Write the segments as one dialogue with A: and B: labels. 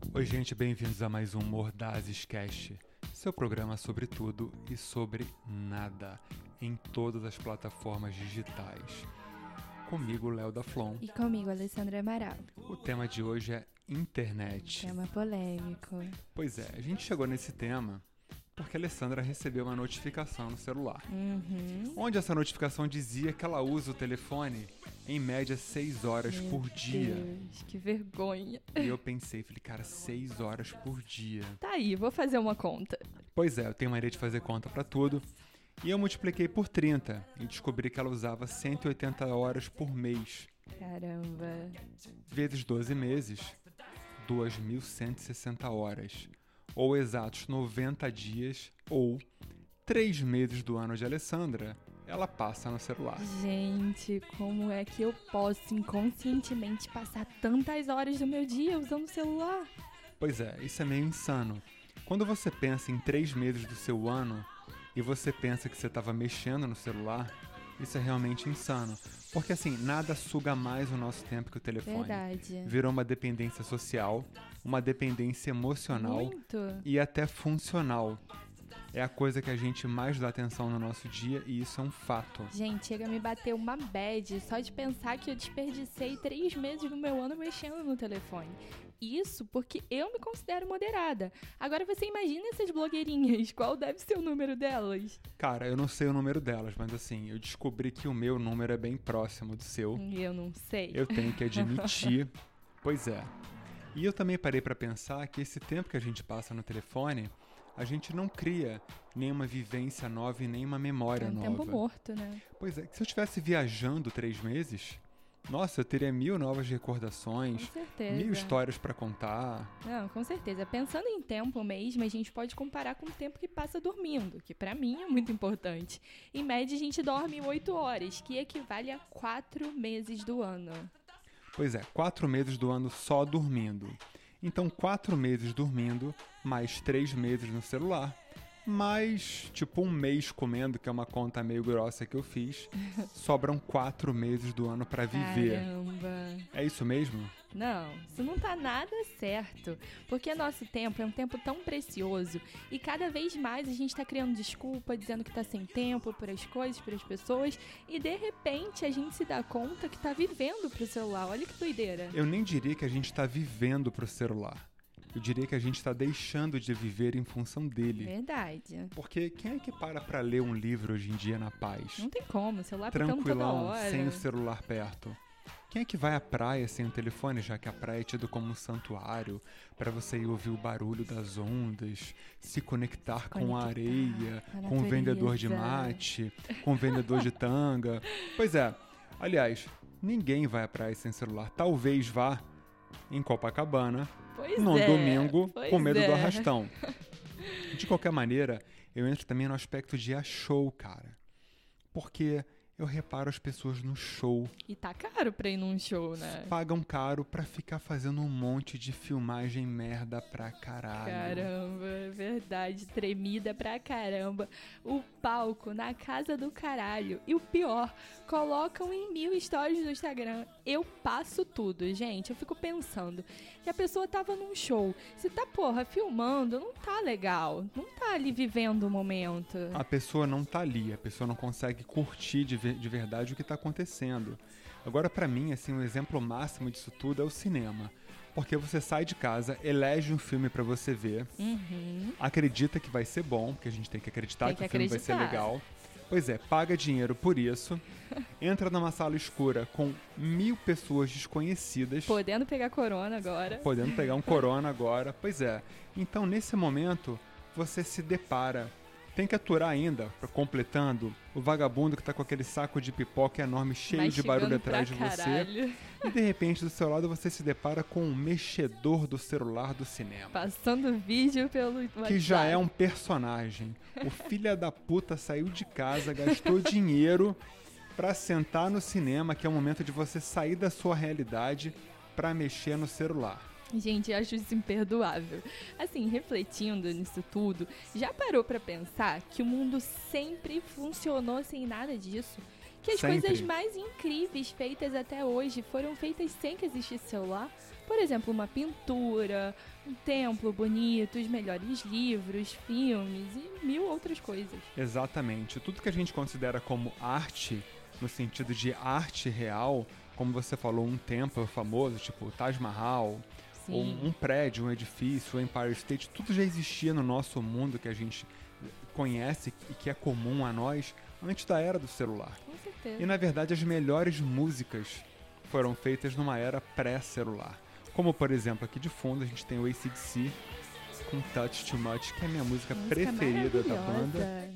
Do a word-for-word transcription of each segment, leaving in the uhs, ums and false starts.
A: Oi gente, bem-vindos a mais um Mordazes Cast, seu programa sobre tudo e sobre nada, em todas as plataformas digitais. Comigo, Léo da Flon.
B: E comigo, Alessandra Amaral.
A: O tema de hoje é internet.
B: Tema polêmico.
A: Pois é, a gente chegou nesse tema porque a Alessandra recebeu uma notificação no celular.
B: Uhum.
A: Onde essa notificação dizia que ela usa o telefone em média seis horas
B: Meu
A: por dia.
B: Deus, que vergonha.
A: E eu pensei, falei, cara, seis horas por dia.
B: Tá aí, vou fazer uma conta.
A: Pois é, eu tenho mania de fazer conta pra tudo. E eu multipliquei por trinta e descobri que ela usava cento e oitenta horas por mês.
B: Caramba.
A: Vezes doze meses, duas mil cento e sessenta horas. Ou exatos noventa dias, ou três meses do ano de Alessandra, ela passa no celular.
B: Gente, como é que eu posso inconscientemente passar tantas horas do meu dia usando o celular?
A: Pois é, isso é meio insano. Quando você pensa em três meses do seu ano e você pensa que você estava mexendo no celular, isso é realmente insano. Porque assim, nada suga mais o nosso tempo que o telefone.
B: Verdade.
A: Virou uma dependência social, uma dependência emocional
B: Muito.
A: e até funcional. É a coisa que a gente mais dá atenção no nosso dia e isso é um fato.
B: Gente, chega a me bater uma bad só de pensar que eu desperdicei três meses do meu ano mexendo no telefone. Isso porque eu me considero moderada. Agora você imagina essas blogueirinhas, qual deve ser o número delas?
A: Cara, eu não sei o número delas, mas assim, eu descobri que o meu número é bem próximo do seu.
B: Eu não sei.
A: Eu tenho que admitir. Pois é. E eu também parei pra pensar que esse tempo que a gente passa no telefone, a gente não cria nenhuma vivência nova e nenhuma memória
B: É um
A: nova.
B: tempo morto, né?
A: Pois é, se eu estivesse viajando três meses, nossa, eu teria mil novas recordações,
B: Com certeza.
A: mil histórias pra contar.
B: Não, com certeza. Pensando em tempo mesmo, a gente pode comparar com o tempo que passa dormindo, que pra mim é muito importante. Em média, a gente dorme oito horas, que equivale a quatro meses do ano.
A: Pois é, quatro meses do ano só dormindo. Então, quatro meses dormindo, mais três meses no celular, mais, tipo, um mês comendo, que é uma conta meio grossa que eu fiz, sobram quatro meses do ano pra viver.
B: Caramba.
A: É isso mesmo?
B: Não, isso não tá nada certo, porque nosso tempo é um tempo tão precioso e cada vez mais a gente tá criando desculpa, dizendo que tá sem tempo para as coisas, para as pessoas e de repente a gente se dá conta que tá vivendo pro celular. Olha que doideira.
A: Eu nem diria que a gente tá vivendo pro celular. Eu diria que a gente tá deixando de viver em função dele.
B: Verdade.
A: Porque quem é que para pra ler um livro hoje em dia na paz?
B: Não tem como, o celular picando toda
A: Tranquilão,
B: hora.
A: sem o celular perto. Quem é que vai à praia sem o telefone, já que a praia é tido como um santuário para você ir ouvir o barulho das ondas, se conectar com a
B: Conectar
A: areia,
B: com a
A: com o vendedor de
B: natureza.
A: mate, com o vendedor de tanga? Pois é, aliás, ninguém vai à praia sem celular. Talvez vá em Copacabana,
B: Pois
A: num
B: é,
A: domingo,
B: pois
A: com medo
B: é.
A: do arrastão. De qualquer maneira, eu entro também no aspecto de a show, cara. Porque eu reparo as pessoas no show
B: E tá caro pra ir num show, né?
A: pagam caro pra ficar fazendo um monte de filmagem merda pra caralho.
B: Caramba, é verdade, tremida pra caramba. O palco na casa do caralho. E o pior, colocam em mil stories no Instagram. Eu passo tudo, gente. Eu fico pensando que a pessoa tava num show. Se tá, porra, filmando, não tá legal. Não tá ali vivendo o momento.
A: A pessoa não tá ali, a pessoa não consegue curtir de, ver- de verdade o que tá acontecendo. Agora, pra mim, assim, um exemplo máximo disso tudo é o cinema. Porque você sai de casa, elege um filme pra você ver,
B: Uhum.
A: acredita que vai ser bom, porque a gente tem que acreditar
B: Tem
A: que,
B: que
A: o filme vai ser
B: acreditar.
A: legal. Pois é, paga dinheiro por isso, entra numa sala escura com mil pessoas desconhecidas,
B: Podendo pegar corona agora.
A: podendo pegar um corona agora. Pois é, então nesse momento você se depara, tem que aturar ainda, pra- completando, o vagabundo que tá com aquele saco de pipoca enorme cheio de barulho
B: Mastigando
A: atrás de
B: pra
A: você.
B: caralho.
A: E de repente do seu lado você se depara com um mexedor do celular do cinema.
B: Passando vídeo pelo WhatsApp.
A: Que já é um personagem. O filho da puta saiu de casa, gastou dinheiro pra sentar no cinema, que é o momento de você sair da sua realidade pra mexer no celular.
B: Gente, eu acho isso imperdoável. Assim, refletindo nisso tudo, já parou pra pensar que o mundo sempre funcionou sem nada disso? Que as
A: Sempre.
B: coisas mais incríveis feitas até hoje foram feitas sem que existisse celular? Por exemplo, uma pintura, um templo bonito, os melhores livros, filmes e mil outras coisas.
A: Exatamente. Tudo que a gente considera como arte, no sentido de arte real, como você falou, um templo famoso, tipo o Taj Mahal,
B: Sim.
A: ou um prédio, um edifício, o Empire State, tudo já existia no nosso mundo que a gente conhece e que é comum a nós antes da era do celular.
B: Com certeza.
A: E na verdade as melhores músicas foram feitas numa era pré-celular. Como por exemplo aqui de fundo a gente tem o A C D C com Touch Too Much, que é a minha música,
B: música
A: preferida da banda.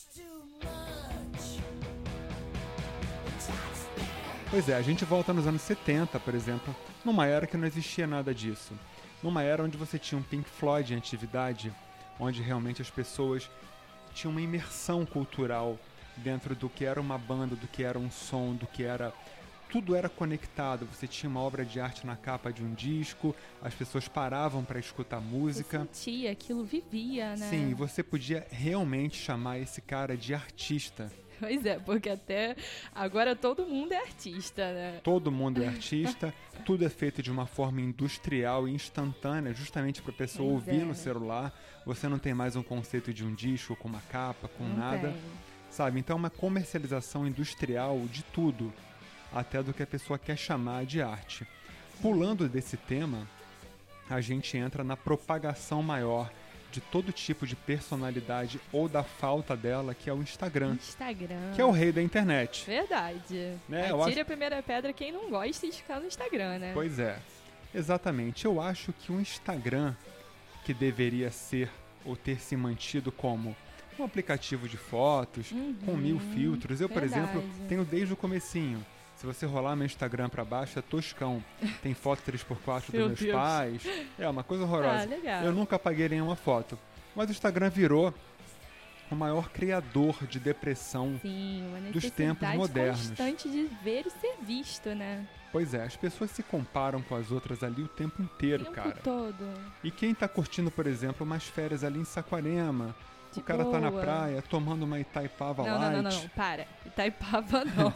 A: Pois é, a gente volta nos anos setenta, por exemplo, numa era que não existia nada disso. Numa era onde você tinha um Pink Floyd em atividade, onde realmente as pessoas tinham uma imersão cultural dentro do que era uma banda, do que era um som, do que era... Tudo era conectado, você tinha uma obra de arte na capa de um disco, as pessoas paravam para escutar música.
B: Você sentia, aquilo vivia, né?
A: Sim, e você podia realmente chamar esse cara de artista.
B: Pois é, porque até agora todo mundo é artista, né?
A: Todo mundo é artista, tudo é feito de uma forma industrial e instantânea, justamente para a pessoa
B: Pois
A: ouvir
B: é.
A: no celular. Você não tem mais um conceito de um disco com uma capa, com
B: Não
A: nada,
B: tem.
A: sabe? Então é uma comercialização industrial de tudo, até do que a pessoa quer chamar de arte. Pulando desse tema, a gente entra na propagação maior de todo tipo de personalidade ou da falta dela, que é o Instagram,
B: Instagram.
A: que é o rei da internet.
B: Verdade.
A: Né, eu
B: Atire
A: acho-
B: a primeira pedra quem não gosta de ficar no Instagram, né?
A: Pois é, exatamente. Eu acho que o Instagram, que deveria ser ou ter se mantido como um aplicativo de fotos,
B: Uhum,
A: com mil filtros. Eu, por
B: verdade.
A: exemplo, tenho desde o comecinho. Se você rolar meu Instagram pra baixo, é toscão. Tem foto três por quatro dos
B: Meu
A: meus
B: Deus.
A: pais. É uma coisa
B: Ah,
A: horrorosa.
B: legal.
A: Eu nunca apaguei nenhuma foto. Mas o Instagram virou o maior criador de depressão.
B: Sim, uma
A: dos tempos
B: necessidade
A: modernos.
B: constante de ver e ser visto, né?
A: Pois é, as pessoas se comparam com as outras ali o tempo
B: O
A: inteiro,
B: tempo
A: cara.
B: todo.
A: E quem tá curtindo, por exemplo, umas férias ali em Saquarema,
B: De
A: o cara tá na
B: boa.
A: praia tomando uma Itaipava
B: Não, não,
A: Light.
B: não, não, não, para. Itaipava não.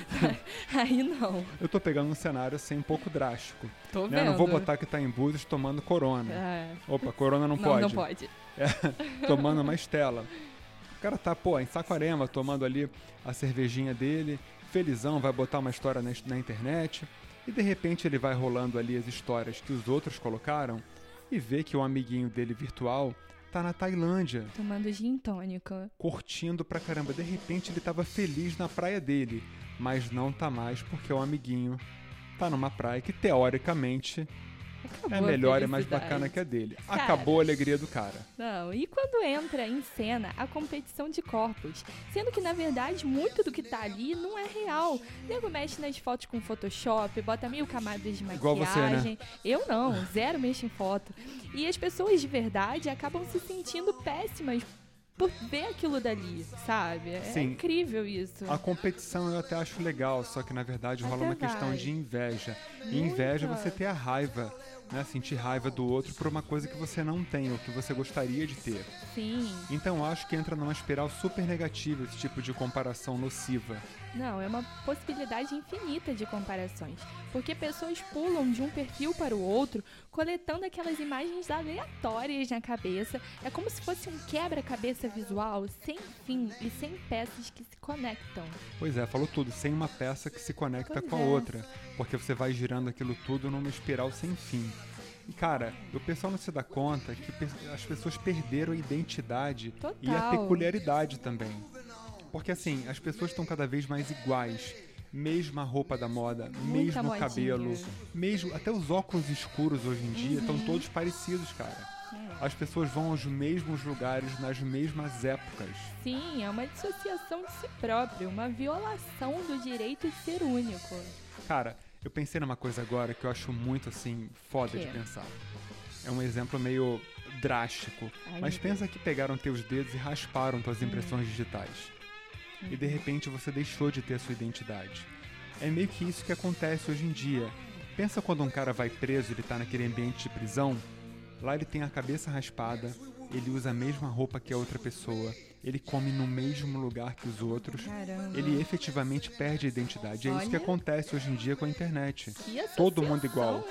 B: Aí não.
A: Eu tô pegando um cenário assim um pouco drástico.
B: Tô
A: Né?
B: vendo.
A: Não vou botar que tá em Búzios tomando Corona.
B: É.
A: Opa, Corona não,
B: Não,
A: pode.
B: não pode.
A: Tomando uma Estela. O cara tá, pô, em Saquarema, tomando ali a cervejinha dele, felizão, vai botar uma história na, na internet, e de repente ele vai rolando ali as histórias que os outros colocaram e vê que o amiguinho dele virtual tá na Tailândia,
B: Tomando gin tônico.
A: curtindo pra caramba. De repente ele tava feliz na praia dele, mas não tá mais porque o amiguinho tá numa praia que teoricamente
B: Acabou
A: é
B: a
A: melhor e mais
B: felicidade.
A: bacana que a dele.
B: Cara.
A: Acabou a alegria do cara.
B: Não, e quando entra em cena a competição de corpos, sendo que na verdade muito do que tá ali não é real. O nego mexe nas fotos com Photoshop, bota mil camadas de
A: Igual você, né?
B: maquiagem. Eu não, zero mexo em foto. E as pessoas de verdade acabam se sentindo péssimas por ver aquilo dali, sabe? É
A: Sim.
B: incrível isso.
A: A competição eu até acho legal, só que na verdade rola
B: Até
A: uma questão
B: vai.
A: de inveja. E
B: Muita.
A: inveja é você ter a raiva, né? Sentir raiva do outro por uma coisa que você não tem ou que você gostaria de ter.
B: Sim.
A: Então eu acho que entra numa espiral super negativa esse tipo de comparação nociva.
B: Não, é uma possibilidade infinita de comparações, porque pessoas pulam de um perfil para o outro, coletando aquelas imagens aleatórias na cabeça. É como se fosse um quebra-cabeça visual sem fim e sem peças que se conectam.
A: Pois é, falou tudo, sem uma peça que se conecta
B: Pois
A: com a
B: é.
A: outra, porque você vai girando aquilo tudo numa espiral sem fim. E cara, o pessoal não se dá conta que pe- as pessoas perderam a identidade e a
B: Total.
A: peculiaridade também. Porque assim, as pessoas estão cada vez mais iguais. Mesma roupa da moda,
B: Muita
A: mesmo
B: modinha.
A: cabelo, mesmo até os óculos escuros hoje em dia estão
B: Uhum.
A: todos parecidos, cara. As pessoas vão aos mesmos lugares nas mesmas épocas.
B: Sim, é uma dissociação de si próprio, uma violação do direito de ser único.
A: Cara, eu pensei numa coisa agora que eu acho muito assim foda
B: Quê?
A: de pensar. É um exemplo meio drástico,
B: Ai,
A: mas
B: meu
A: pensa que pegaram teus dedos e rasparam tuas impressões digitais. E de repente você deixou de ter a sua identidade. É meio que isso que acontece hoje em dia. Pensa quando um cara vai preso, ele tá naquele ambiente de prisão, lá ele tem a cabeça raspada, ele usa a mesma roupa que a outra pessoa, ele come no mesmo lugar que os outros,
B: Caramba.
A: ele efetivamente perde a identidade. É isso que
B: Olha.
A: acontece hoje em dia com a internet.
B: Que
A: Todo mundo
B: associação,
A: igual.
B: hein?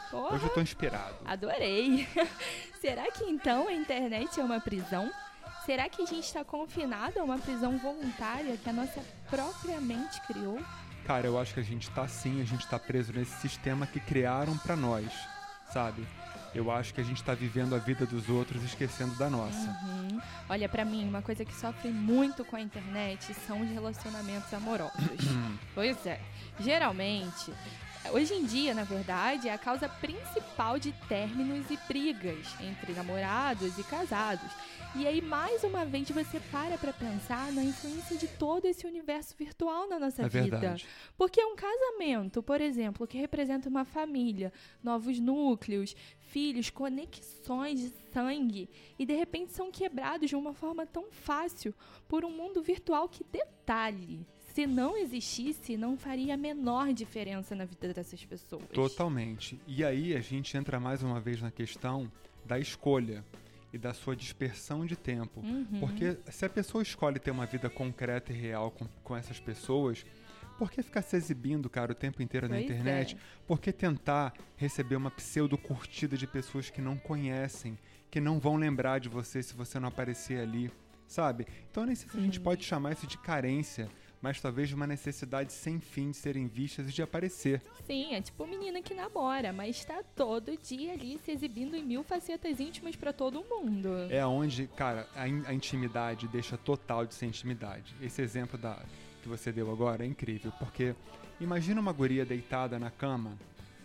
B: Porra,
A: Hoje eu tô inspirado.
B: adorei. Será que então a internet é uma prisão? Será que a gente está confinado a uma prisão voluntária que a nossa própria mente criou?
A: Cara, eu acho que a gente tá sim, a gente tá preso nesse sistema que criaram pra nós, sabe? Eu acho que a gente tá vivendo a vida dos outros esquecendo da nossa.
B: Uhum. Olha, pra mim, uma coisa que sofre muito com a internet são os relacionamentos amorosos. Pois é. Geralmente, hoje em dia, na verdade, é a causa principal de términos e brigas entre namorados e casados. E aí, mais uma vez, você para pra pensar na influência de todo esse universo virtual na nossa
A: É
B: vida.
A: verdade.
B: Porque um casamento, por exemplo, que representa uma família, novos núcleos, filhos, conexões de sangue, e de repente são quebrados de uma forma tão fácil por um mundo virtual que, detalhe, se não existisse, não faria a menor diferença na vida dessas pessoas.
A: Totalmente. E aí a gente entra mais uma vez na questão da escolha e da sua dispersão de tempo.
B: Uhum.
A: Porque se a pessoa escolhe ter uma vida concreta e real com, com essas pessoas, por que ficar se exibindo, cara, o tempo inteiro na
B: Pois
A: internet?
B: é.
A: Por que tentar receber uma pseudo-curtida de pessoas que não conhecem, que não vão lembrar de você se você não aparecer ali, sabe? Então, nem sei se a gente pode chamar isso de carência, mas talvez de uma necessidade sem fim de serem vistas e de aparecer.
B: Sim, é tipo menina que namora, mas tá todo dia ali se exibindo em mil facetas íntimas pra todo mundo.
A: É onde, cara, a, in- a intimidade deixa total de ser intimidade. Esse exemplo da, que você deu agora é incrível, porque imagina uma guria deitada na cama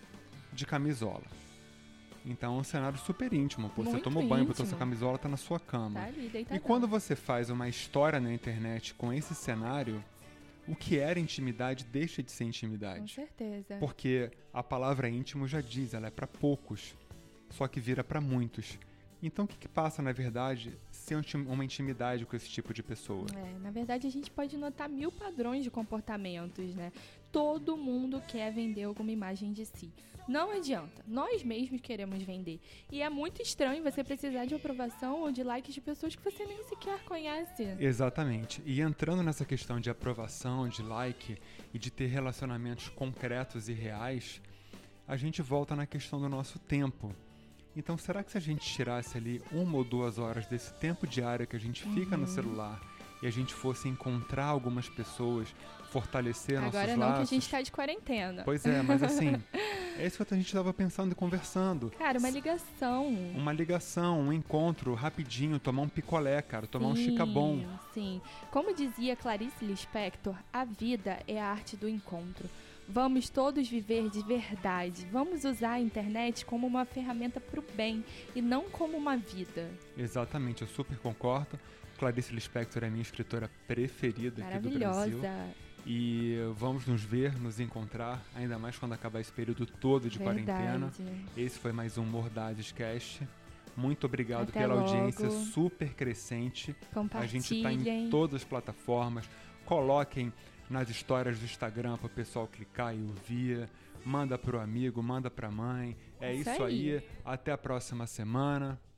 A: de camisola. Então é um cenário super íntimo. Pô, você
B: Muito
A: tomou banho, botou
B: íntimo.
A: sua camisola, tá na sua cama.
B: Tá ali, deitadão.
A: E quando você faz uma história na internet com esse cenário, o que era intimidade deixa de ser
B: Com
A: intimidade.
B: certeza.
A: Porque a palavra íntimo já diz, ela é pra poucos, só que vira pra muitos. Então o que, que passa, na verdade, ser um intim- uma intimidade com esse tipo de pessoa?
B: É, na verdade, a gente pode notar mil padrões de comportamentos, né? Todo mundo quer vender alguma imagem de si. Não adianta, nós mesmos queremos vender. E é muito estranho você precisar de aprovação ou de likes de pessoas que você nem sequer conhece.
A: Exatamente. E entrando nessa questão de aprovação, de like e de ter relacionamentos concretos e reais, a gente volta na questão do nosso tempo. Então, será que se a gente tirasse ali uma ou duas horas desse tempo diário que a gente fica no celular e a gente fosse encontrar algumas pessoas, fortalecer nossos
B: Agora não,
A: laços...
B: que a gente tá de quarentena.
A: Pois é, mas assim, é isso que a gente estava pensando e conversando.
B: Cara, uma ligação.
A: Uma ligação, um encontro rapidinho, tomar um picolé, cara, tomar um chicabom.
B: Sim, sim. Como dizia Clarice Lispector, a vida é a arte do encontro. Vamos todos viver de verdade. Vamos usar a internet como uma ferramenta para o bem e não como uma vida.
A: Exatamente, eu super concordo. Clarice Lispector é a minha escritora preferida aqui do Brasil.
B: Maravilhosa.
A: E vamos nos ver, nos encontrar, ainda mais quando acabar esse período todo de quarentena.
B: Verdade.
A: Esse foi mais um Mordazes Cast. Muito obrigado
B: Até
A: pela
B: logo.
A: audiência super crescente. A gente está em
B: Compartilhem.
A: todas as plataformas. Coloquem nas histórias do Instagram para o pessoal clicar e ouvir. Manda pro amigo, manda pra mãe. É
B: Isso
A: isso
B: aí.
A: aí. Até a próxima semana.